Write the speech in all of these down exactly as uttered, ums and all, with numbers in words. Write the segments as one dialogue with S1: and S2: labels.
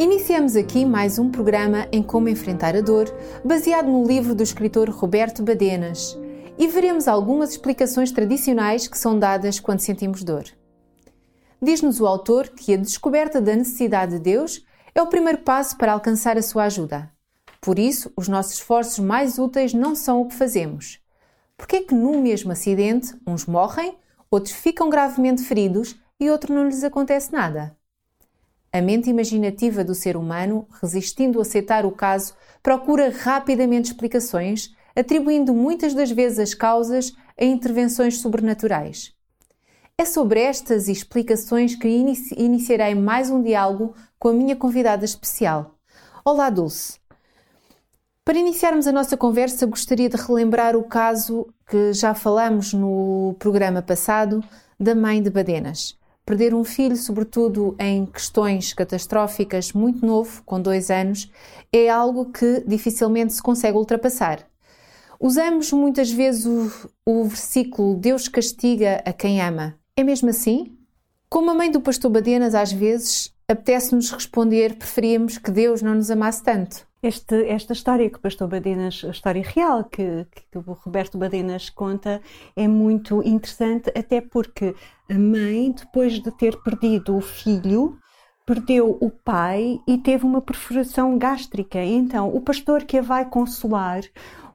S1: Iniciamos aqui mais um programa em como enfrentar a dor, baseado no livro do escritor Roberto Badenas, e veremos algumas explicações tradicionais que são dadas quando sentimos dor. Diz-nos o autor que a descoberta da necessidade de Deus é o primeiro passo para alcançar a sua ajuda. Por isso, os nossos esforços mais úteis não são o que fazemos. Porque é que num mesmo acidente, uns morrem, outros ficam gravemente feridos e outro não lhes acontece nada? A mente imaginativa do ser humano, resistindo a aceitar o caso, procura rapidamente explicações, atribuindo muitas das vezes as causas a intervenções sobrenaturais. É sobre estas explicações que inici- iniciarei mais um diálogo com a minha convidada especial. Olá, Dulce! Para iniciarmos a nossa conversa, gostaria de relembrar o caso que já falamos no programa passado da mãe de Badenas. Perder um filho, sobretudo em questões catastróficas, muito novo, com dois anos, é algo que dificilmente se consegue ultrapassar. Usamos muitas vezes o, o versículo Deus castiga a quem ama. É mesmo assim? Como a mãe do pastor Badenas, às vezes, apetece-nos responder, preferíamos que Deus não nos amasse tanto.
S2: Este, esta história que o pastor Badenas, a história real que, que o Roberto Badenas conta, é muito interessante, até porque a mãe, depois de ter perdido o filho, perdeu o pai e teve uma perfuração gástrica. Então, o pastor que a vai consolar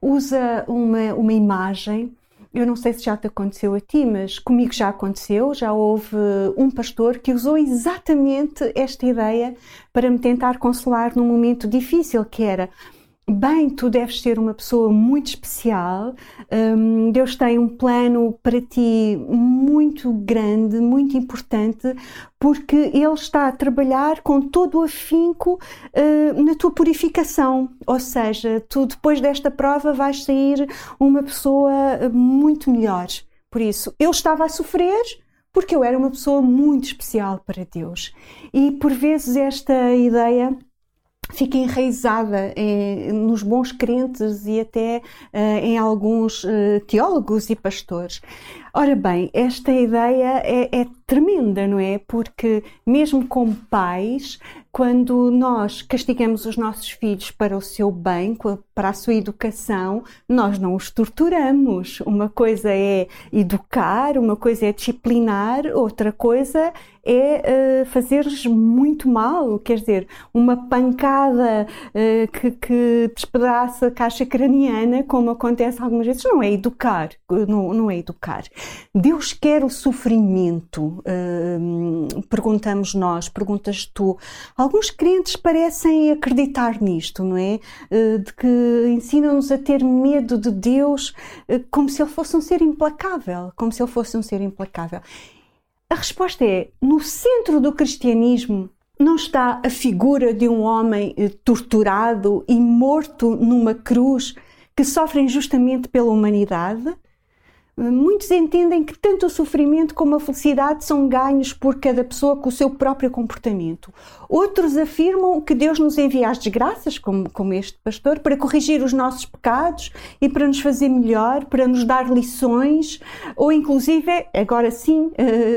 S2: usa uma, uma imagem. Eu não sei se já te aconteceu a ti, mas comigo já aconteceu, já houve um pastor que usou exatamente esta ideia para me tentar consolar num momento difícil, que era: bem, tu deves ser uma pessoa muito especial, um, Deus tem um plano para ti muito grande, muito importante, porque Ele está a trabalhar com todo o afinco uh, na tua purificação. Ou seja, tu depois desta prova vais sair uma pessoa muito melhor. Por isso, eu estava a sofrer porque eu era uma pessoa muito especial para Deus. E por vezes esta ideia fica enraizada em, nos bons crentes e até uh, em alguns uh, teólogos e pastores. Ora bem, esta ideia é, é tremenda, não é? Porque mesmo como pais, quando nós castigamos os nossos filhos para o seu bem, para a sua educação, nós não os torturamos. Uma coisa é educar, uma coisa é disciplinar, outra coisa é uh, fazer-lhes muito mal. Quer dizer, uma pancada uh, que, que despedaça a caixa craniana, como acontece algumas vezes, não é educar. Não, não é educar. Deus quer o sofrimento, uh, perguntamos nós, perguntas tu. Alguns crentes parecem acreditar nisto, não é? Uh, de que ensinam-nos a ter medo de Deus, uh, como se Ele fosse um ser implacável, como se Ele fosse um ser implacável. A resposta é: no centro do cristianismo não está a figura de um homem uh, torturado e morto numa cruz que sofre injustamente pela humanidade? Muitos entendem que tanto o sofrimento como a felicidade são ganhos por cada pessoa com o seu próprio comportamento. Outros afirmam que Deus nos envia as desgraças, como, como este pastor, para corrigir os nossos pecados e para nos fazer melhor, para nos dar lições, ou inclusive, agora sim,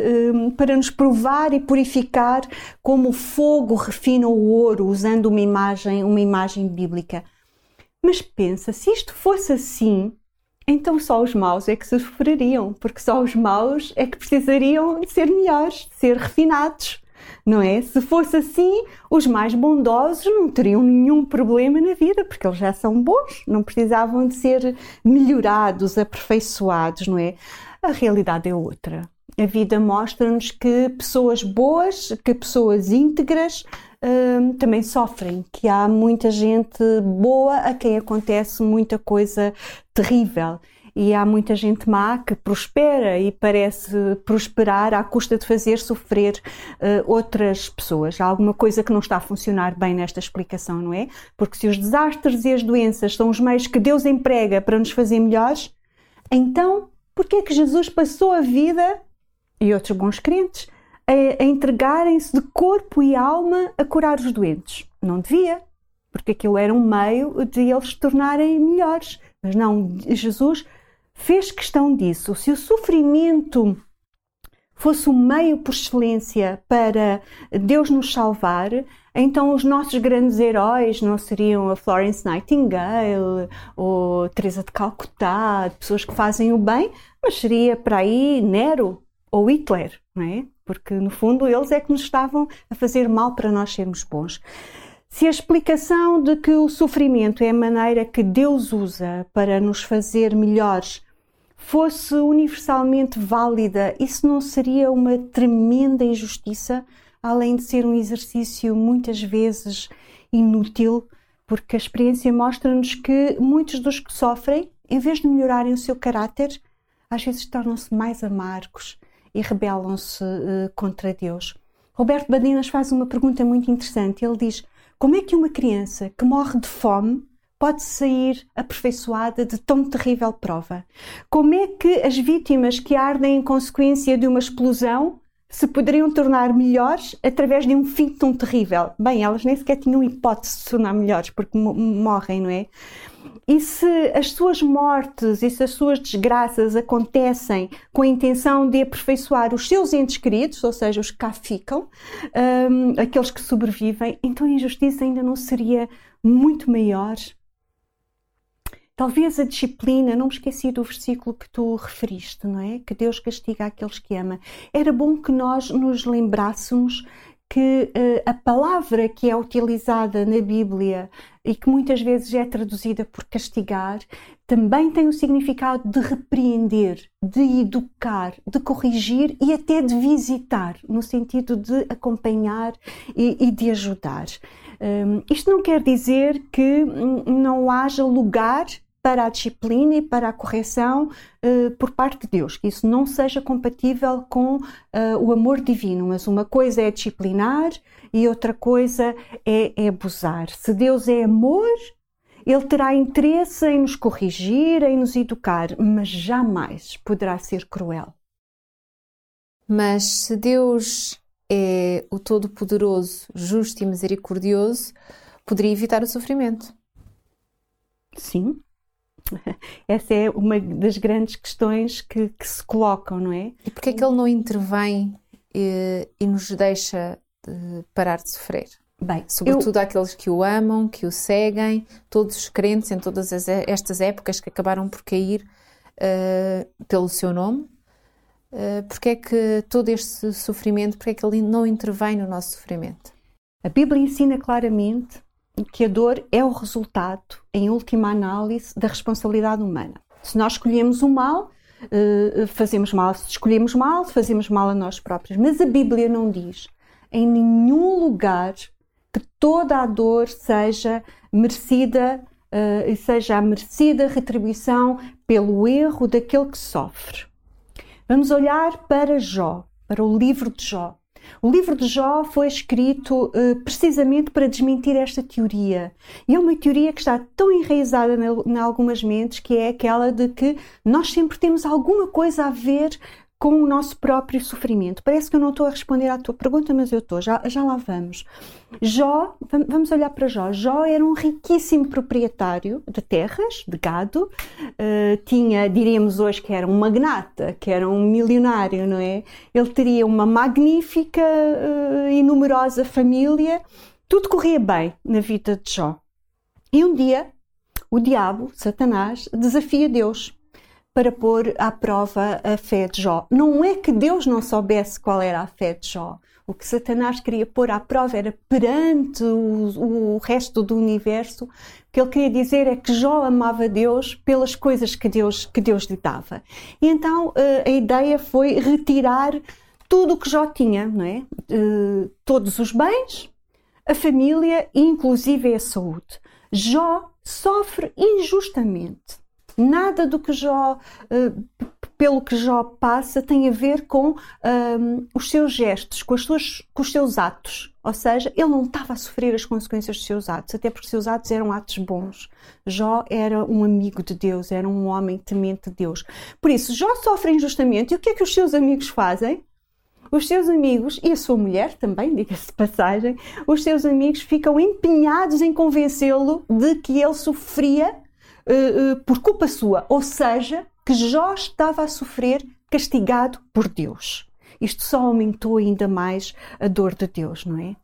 S2: para nos provar e purificar como o fogo refina o ouro, usando uma imagem, uma imagem bíblica. Mas pensa, se isto fosse assim, então só os maus é que sofreriam, porque só os maus é que precisariam de ser melhores, de ser refinados, não é? Se fosse assim, os mais bondosos não teriam nenhum problema na vida, porque eles já são bons, não precisavam de ser melhorados, aperfeiçoados, não é? A realidade é outra. A vida mostra-nos que pessoas boas, que pessoas íntegras, Uh, também sofrem, que há muita gente boa a quem acontece muita coisa terrível e há muita gente má que prospera e parece prosperar à custa de fazer sofrer uh, outras pessoas. Há alguma coisa que não está a funcionar bem nesta explicação, não é? Porque se os desastres e as doenças são os meios que Deus emprega para nos fazer melhores, então por que é que Jesus passou a vida, e outros bons crentes, a entregarem-se de corpo e alma a curar os doentes? Não devia, porque aquilo era um meio de eles se tornarem melhores. Mas não, Jesus fez questão disso. Se o sofrimento fosse o meio por excelência para Deus nos salvar, então os nossos grandes heróis não seriam a Florence Nightingale ou Teresa de Calcutá, pessoas que fazem o bem, mas seria para aí Nero ou Hitler, não é? Porque no fundo eles é que nos estavam a fazer mal para nós sermos bons. Se a explicação de que o sofrimento é a maneira que Deus usa para nos fazer melhores fosse universalmente válida, isso não seria uma tremenda injustiça, além de ser um exercício muitas vezes inútil, porque a experiência mostra-nos que muitos dos que sofrem, em vez de melhorarem o seu caráter, às vezes tornam-se mais amargos e rebelam-se uh, contra Deus. Roberto Badinas faz uma pergunta muito interessante. Ele diz: como é que uma criança que morre de fome pode sair aperfeiçoada de tão terrível prova? Como é que as vítimas que ardem em consequência de uma explosão se poderiam tornar melhores através de um fim tão terrível? Bem, elas nem sequer tinham hipótese de se tornar melhores, porque morrem, não é? E se as suas mortes e se as suas desgraças acontecem com a intenção de aperfeiçoar os seus entes queridos, ou seja, os que cá ficam, um, aqueles que sobrevivem, então a injustiça ainda não seria muito maior? Talvez a disciplina, não me esqueci do versículo que tu referiste, não é? Que Deus castiga aqueles que ama. Era bom que nós nos lembrássemos que uh, a palavra que é utilizada na Bíblia e que muitas vezes é traduzida por castigar, também tem o significado de repreender, de educar, de corrigir e até de visitar, no sentido de acompanhar e, e de ajudar. Um, isto não quer dizer que não haja lugar para a disciplina e para a correção uh, por parte de Deus, que isso não seja compatível com uh, o amor divino, mas uma coisa é disciplinar e outra coisa é, é abusar. Se Deus é amor, Ele terá interesse em nos corrigir, em nos educar, mas jamais poderá ser cruel.
S1: Mas se Deus é o Todo-Poderoso, justo e misericordioso, poderia evitar o sofrimento.
S2: Sim. Essa é uma das grandes questões que, que se colocam, não é?
S1: E porquê é que Ele não intervém e, e nos deixa de parar de sofrer?
S2: Bem,
S1: sobretudo
S2: eu...
S1: aqueles que o amam, que o seguem, todos os crentes em todas as, estas épocas que acabaram por cair uh, pelo seu nome. Uh, porque é que todo este sofrimento, porque é que Ele não intervém no nosso sofrimento?
S2: A Bíblia ensina claramente que a dor é o resultado, em última análise, da responsabilidade humana. Se nós escolhemos o mal, fazemos mal. Se escolhemos mal, fazemos mal a nós próprios. Mas a Bíblia não diz em nenhum lugar que toda a dor seja merecida e seja a merecida retribuição pelo erro daquele que sofre. Vamos olhar para Jó, para o livro de Jó. O livro de Jó foi escrito uh, precisamente para desmentir esta teoria. E é uma teoria que está tão enraizada em algumas mentes, que é aquela de que nós sempre temos alguma coisa a ver com o nosso próprio sofrimento. Parece que eu não estou a responder à tua pergunta, mas eu estou, já, já lá vamos. Jó, vamos olhar para Jó. Jó era um riquíssimo proprietário de terras, de gado, uh, tinha, diríamos hoje que era um magnata, que era um milionário, não é? Ele teria uma magnífica uh, e numerosa família, tudo corria bem na vida de Jó. E um dia, o diabo, Satanás, desafia Deus para pôr à prova a fé de Jó. Não é que Deus não soubesse qual era a fé de Jó. O que Satanás queria pôr à prova era perante o, o resto do universo. O que ele queria dizer é que Jó amava Deus pelas coisas que Deus, que Deus lhe dava. E então a ideia foi retirar tudo o que Jó tinha, não é? Todos os bens, a família e inclusive a saúde. Jó sofre injustamente. Nada do que Jó, uh, pelo que Jó passa tem a ver com um, os seus gestos, com, as suas, com os seus atos. Ou seja, ele não estava a sofrer as consequências dos seus atos, até porque os seus atos eram atos bons. Jó era um amigo de Deus, era um homem temente de Deus. Por isso, Jó sofre injustamente. E o que é que os seus amigos fazem? Os seus amigos, e a sua mulher também, diga-se de passagem, os seus amigos ficam empenhados em convencê-lo de que ele sofria Uh, uh, por culpa sua, ou seja, que Jó estava a sofrer castigado por Deus. isto só aumentou ainda mais a dor de Deus, não é?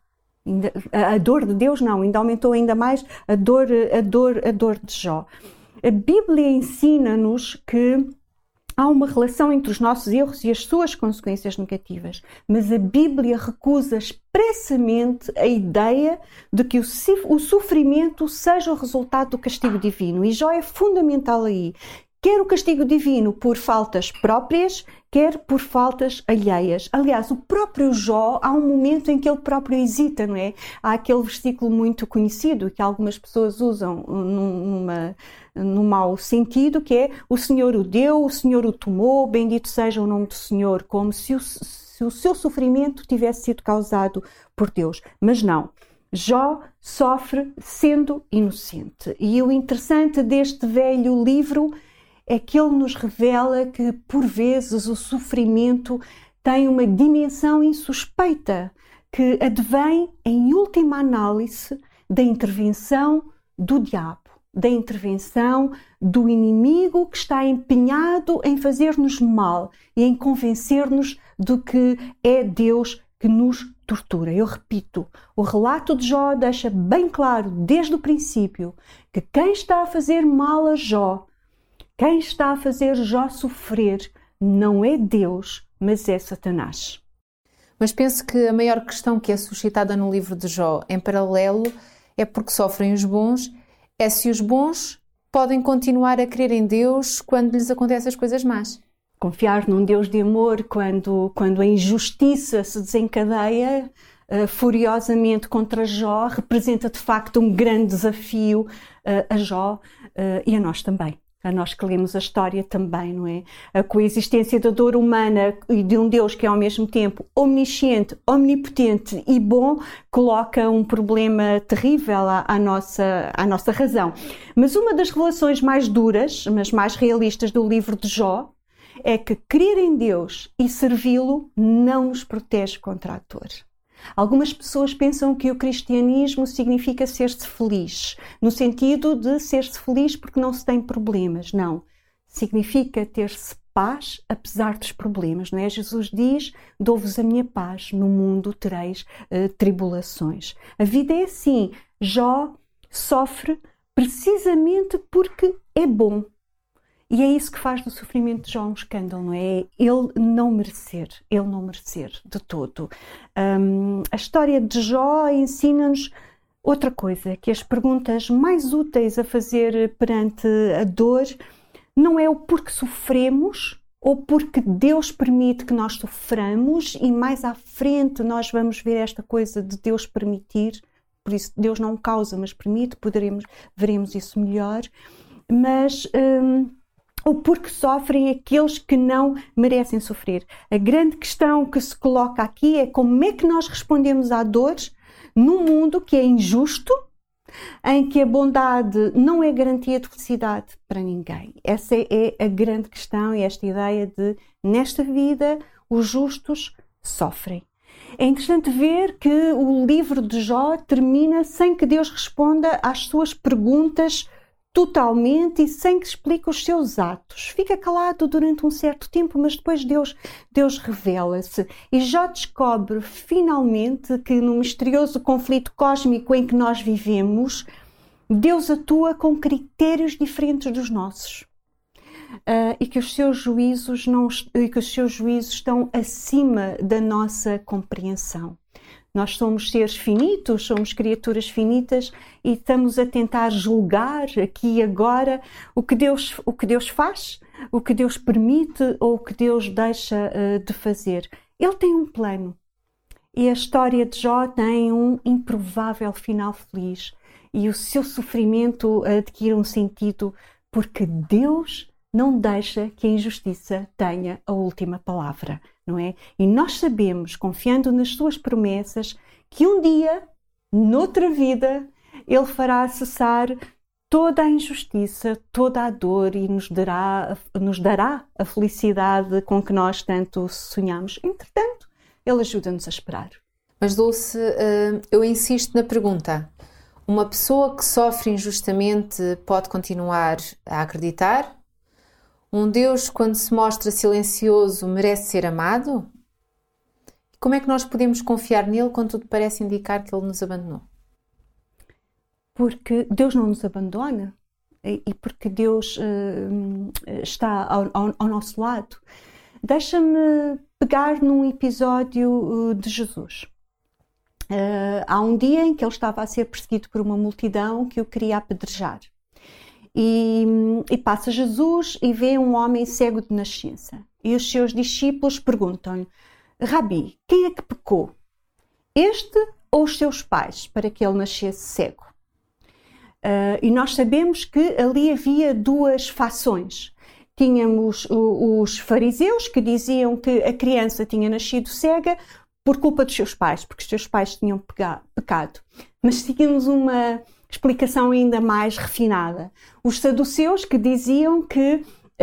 S2: A dor de Deus não, ainda aumentou ainda mais a dor, a dor, a dor de Jó. A Bíblia ensina-nos que há uma relação entre os nossos erros e as suas consequências negativas, mas a Bíblia recusa expressamente a ideia de que o sofrimento seja o resultado do castigo divino. E Jó é fundamental aí. Quer o castigo divino por faltas próprias, quer por faltas alheias. Aliás, o próprio Jó, há um momento em que ele próprio hesita, não é? Há aquele versículo muito conhecido que algumas pessoas usam numa, num mau sentido, que é: o Senhor o deu, o Senhor o tomou, bendito seja o nome do Senhor, como se o, se o seu sofrimento tivesse sido causado por Deus. Mas não. Jó sofre sendo inocente. E o interessante deste velho livro é que ele nos revela que, por vezes, o sofrimento tem uma dimensão insuspeita, que advém, em última análise, da intervenção do diabo, da intervenção do inimigo que está empenhado em fazer-nos mal e em convencer-nos de que é Deus que nos tortura. Eu repito, o relato de Jó deixa bem claro, desde o princípio, que quem está a fazer mal a Jó, quem está a fazer Jó sofrer, não é Deus, mas é Satanás.
S1: Mas penso que a maior questão que é suscitada no livro de Jó, em paralelo, é porque sofrem os bons, é se os bons podem continuar a crer em Deus quando lhes acontecem as coisas más.
S2: Confiar num Deus de amor quando, quando a injustiça se desencadeia uh, furiosamente contra Jó, representa de facto um grande desafio uh, a Jó uh, e a nós também. A nós que lemos a história também, não é? A coexistência da dor humana e de um Deus que é ao mesmo tempo omnisciente, omnipotente e bom, coloca um problema terrível à, à, nossa, à nossa razão. Mas uma das revelações mais duras, mas mais realistas do livro de Jó, é que crer em Deus e servi-lo não nos protege contra a dor. Algumas pessoas pensam que o cristianismo significa ser-se feliz, no sentido de ser-se feliz porque não se tem problemas. Não. Significa ter-se paz apesar dos problemas, não é? Jesus diz: dou-vos a minha paz, no mundo tereis uh, tribulações. A vida é assim. Jó sofre precisamente porque é bom. E é isso que faz do sofrimento de Jó um escândalo, não é? Ele não merecer, ele não merecer de todo. Um, a história de Jó ensina-nos outra coisa, que as perguntas mais úteis a fazer perante a dor não é o porquê sofremos ou porque Deus permite que nós soframos, e mais à frente nós vamos ver esta coisa de Deus permitir, por isso Deus não causa, mas permite, poderemos, veremos isso melhor, mas... Um, ou porque sofrem aqueles que não merecem sofrer. A grande questão que se coloca aqui é como é que nós respondemos à dor num mundo que é injusto, em que a bondade não é garantia de felicidade para ninguém. Essa é a grande questão, e esta ideia de, nesta vida, os justos sofrem. É interessante ver que o livro de Jó termina sem que Deus responda às suas perguntas totalmente e sem que explique os seus atos. Fica calado durante um certo tempo, mas depois Deus, Deus revela-se. E Jó descobre finalmente que no misterioso conflito cósmico em que nós vivemos, Deus atua com critérios diferentes dos nossos. Uh, e que os seus juízos não, e que os seus juízos estão acima da nossa compreensão. Nós somos seres finitos, somos criaturas finitas e estamos a tentar julgar aqui e agora o que Deus, o que Deus faz, o que Deus permite ou o que Deus deixa uh, de fazer. Ele tem um plano e a história de Jó tem um improvável final feliz, e o seu sofrimento adquire um sentido porque Deus não deixa que a injustiça tenha a última palavra, não é? E nós sabemos, confiando nas suas promessas, que um dia, noutra vida, Ele fará cessar toda a injustiça, toda a dor e nos dará, nos dará a felicidade com que nós tanto sonhamos. Entretanto, Ele ajuda-nos a esperar.
S1: Mas, Dulce, eu insisto na pergunta. Uma pessoa que sofre injustamente pode continuar a acreditar? Um Deus, quando se mostra silencioso, merece ser amado? Como é que nós podemos confiar nele quando tudo parece indicar que ele nos abandonou?
S2: Porque Deus não nos abandona e porque Deus uh, está ao, ao, ao nosso lado. Deixa-me pegar num episódio uh, de Jesus. Uh, há um dia em que ele estava a ser perseguido por uma multidão que o queria apedrejar. E, e passa Jesus e vê um homem cego de nascença. E os seus discípulos perguntam-lhe: Rabi, quem é que pecou? Este ou os seus pais, para que ele nascesse cego? Uh, e nós sabemos que ali havia duas fações. Tínhamos o, os fariseus que diziam que a criança tinha nascido cega por culpa dos seus pais, porque os seus pais tinham pega, pecado. Mas tínhamos uma explicação ainda mais refinada. Os saduceus que diziam que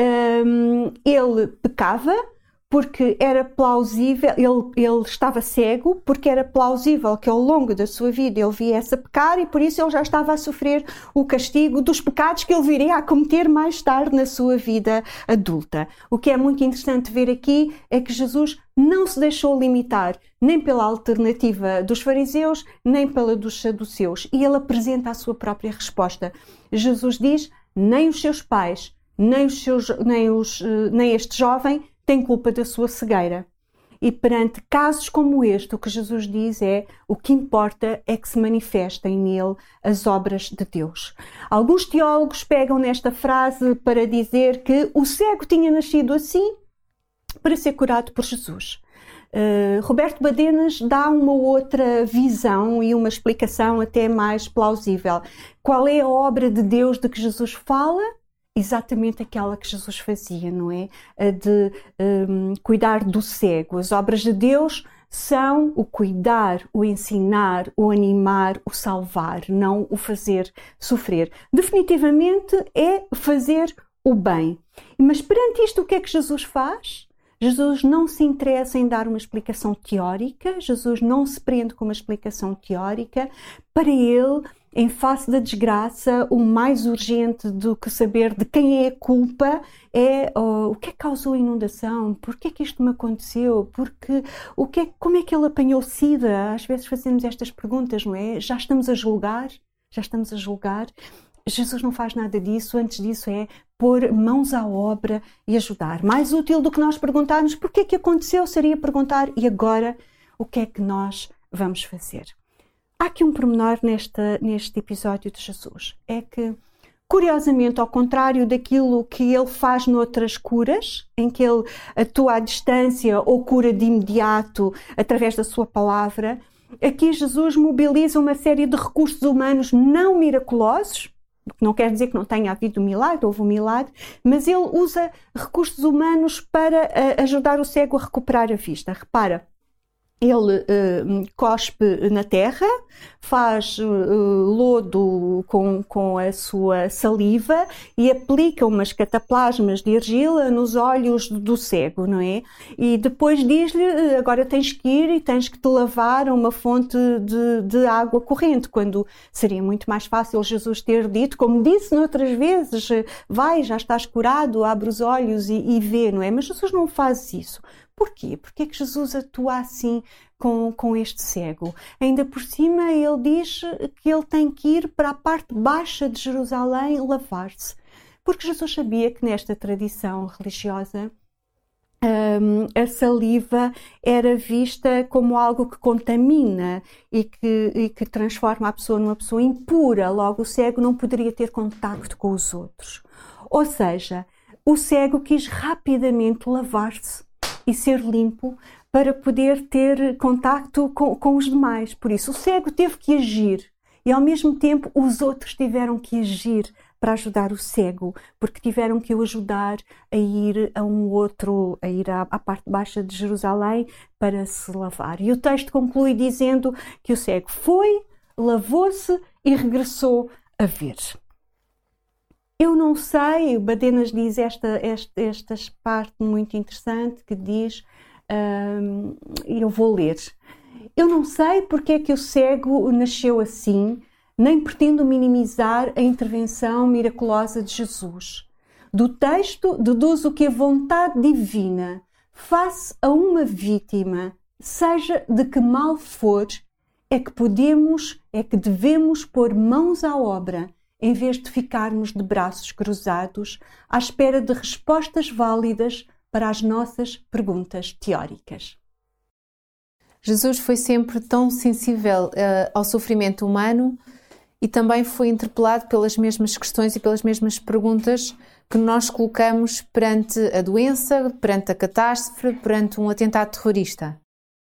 S2: um, ele pecava porque era plausível, ele, ele estava cego, porque era plausível que ao longo da sua vida ele viesse a pecar e por isso ele já estava a sofrer o castigo dos pecados que ele viria a cometer mais tarde na sua vida adulta. O que é muito interessante ver aqui é que Jesus não se deixou limitar nem pela alternativa dos fariseus, nem pela dos saduceus, e ele apresenta a sua própria resposta. Jesus diz: nem os seus pais, nem, os seus, nem, os, nem este jovem tem culpa da sua cegueira. E perante casos como este, o que Jesus diz é: o que importa é que se manifestem nele as obras de Deus. Alguns teólogos pegam nesta frase para dizer que o cego tinha nascido assim para ser curado por Jesus. Uh, Roberto Badenas dá uma outra visão e uma explicação até mais plausível. Qual é a obra de Deus de que Jesus fala? Exatamente aquela que Jesus fazia, não é? A de um, cuidar do cego. As obras de Deus são o cuidar, o ensinar, o animar, o salvar, não o fazer sofrer. Definitivamente é fazer o bem. Mas perante isto, o que é que Jesus faz? Jesus não se interessa em dar uma explicação teórica, Jesus não se prende com uma explicação teórica. Para ele, em face da desgraça, o mais urgente do que saber de quem é a culpa é oh, o que é que causou a inundação, porquê é que isto me aconteceu, porque, o que é, como é que ele apanhou sida? Às vezes fazemos estas perguntas, não é? Já estamos a julgar? Já estamos a julgar? Jesus não faz nada disso, antes disso é pôr mãos à obra e ajudar. Mais útil do que nós perguntarmos porquê é que aconteceu, seria perguntar: e agora o que é que nós vamos fazer? Há aqui um pormenor nesta, neste episódio de Jesus, é que, curiosamente, ao contrário daquilo que ele faz noutras curas, em que ele atua à distância ou cura de imediato através da sua palavra, aqui Jesus mobiliza uma série de recursos humanos não miraculosos, o que não quer dizer que não tenha havido um milagre, houve um milagre, mas ele usa recursos humanos para uh, ajudar o cego a recuperar a vista. Repara, ele uh, cospe na terra, faz uh, lodo com, com a sua saliva e aplica umas cataplasmas de argila nos olhos do cego, não é? E depois diz-lhe: agora tens que ir e tens que te lavar a uma fonte de, de água corrente, quando seria muito mais fácil Jesus ter dito, como disse noutras vezes: vai, já estás curado, abre os olhos e, e vê, não é? Mas Jesus não faz isso. Porquê? Porque é que Jesus atua assim com, com este cego? Ainda por cima ele diz que ele tem que ir para a parte baixa de Jerusalém lavar-se. Porque Jesus sabia que nesta tradição religiosa um, a saliva era vista como algo que contamina e que, e que transforma a pessoa numa pessoa impura. Logo, o cego não poderia ter contacto com os outros. Ou seja, o cego quis rapidamente lavar-se e ser limpo para poder ter contacto com, com os demais. Por isso, o cego teve que agir e, ao mesmo tempo, os outros tiveram que agir para ajudar o cego, porque tiveram que o ajudar a ir a um outro, a ir à, à parte baixa de Jerusalém para se lavar. E o texto conclui dizendo que o cego foi, lavou-se e regressou a ver. Eu não sei, Badenas diz esta, esta, esta parte muito interessante que diz, um, eu vou ler, eu não sei porque é que o cego nasceu assim, nem pretendo minimizar a intervenção miraculosa de Jesus. Do texto deduzo que a vontade divina face a uma vítima seja de que mal for, é que podemos, é que devemos pôr mãos à obra, em vez de ficarmos de braços cruzados à espera de respostas válidas para as nossas perguntas teóricas.
S1: Jesus foi sempre tão sensível uh, ao sofrimento humano e também foi interpelado pelas mesmas questões e pelas mesmas perguntas que nós colocamos perante a doença, perante a catástrofe, perante um atentado terrorista.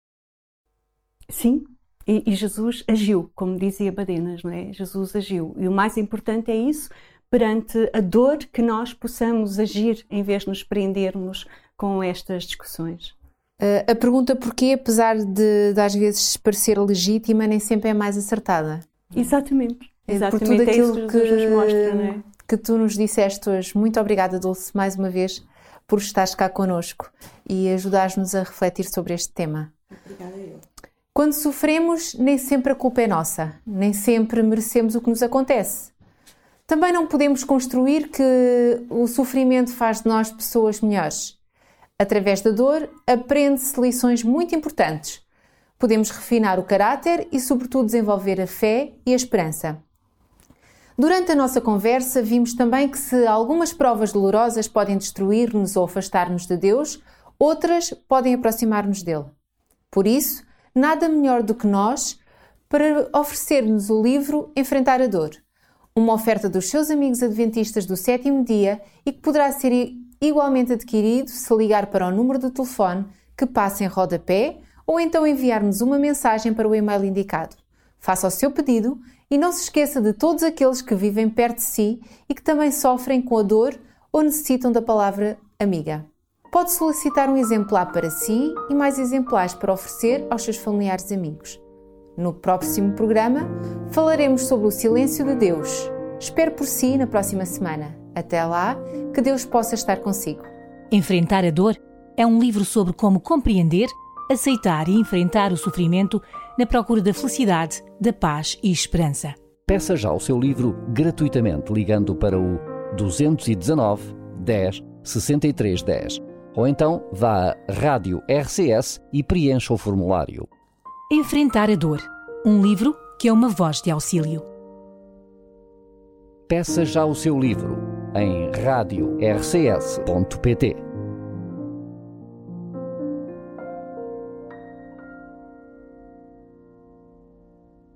S2: Sim, e, e Jesus agiu, como dizia Badenas, não é? Jesus agiu. E o mais importante é isso, perante a dor, que nós possamos agir em vez de nos prendermos com estas discussões.
S1: Uh, a pergunta porquê, apesar de, de às vezes parecer legítima, nem sempre é mais acertada.
S2: Exatamente.
S1: Exatamente. Por tudo aquilo
S2: é isso que, que, nos mostra, não é?
S1: que tu nos disseste hoje. Muito obrigada, Dulce, mais uma vez, por estares cá connosco e ajudares-nos a refletir sobre este tema.
S2: Obrigada eu.
S1: Quando sofremos, nem sempre a culpa é nossa. Nem sempre merecemos o que nos acontece. Também não podemos construir que o sofrimento faz de nós pessoas melhores. Através da dor, aprende-se lições muito importantes. Podemos refinar o caráter e, sobretudo, desenvolver a fé e a esperança. Durante a nossa conversa, vimos também que se algumas provas dolorosas podem destruir-nos ou afastar-nos de Deus, outras podem aproximar-nos dele. Por isso, nada melhor do que nós para oferecer-nos o livro Enfrentar a Dor, uma oferta dos seus amigos adventistas do sétimo dia e que poderá ser igualmente adquirido se ligar para o número de telefone que passa em rodapé ou então enviar-nos uma mensagem para o e-mail indicado. Faça o seu pedido e não se esqueça de todos aqueles que vivem perto de si e que também sofrem com a dor ou necessitam da palavra amiga. Pode solicitar um exemplar para si e mais exemplares para oferecer aos seus familiares e amigos. No próximo programa, falaremos sobre o silêncio de Deus. Espero por si na próxima semana. Até lá, que Deus possa estar consigo.
S3: Enfrentar a Dor é um livro sobre como compreender, aceitar e enfrentar o sofrimento na procura da felicidade, da paz e esperança.
S4: Peça já o seu livro gratuitamente ligando para o duzentos e dezanove, dez, sessenta e três, dez ou então vá a Rádio R C S e preencha o formulário.
S3: Enfrentar a Dor, um livro que é uma voz de auxílio.
S4: Peça já o seu livro em rádio r c s ponto p t.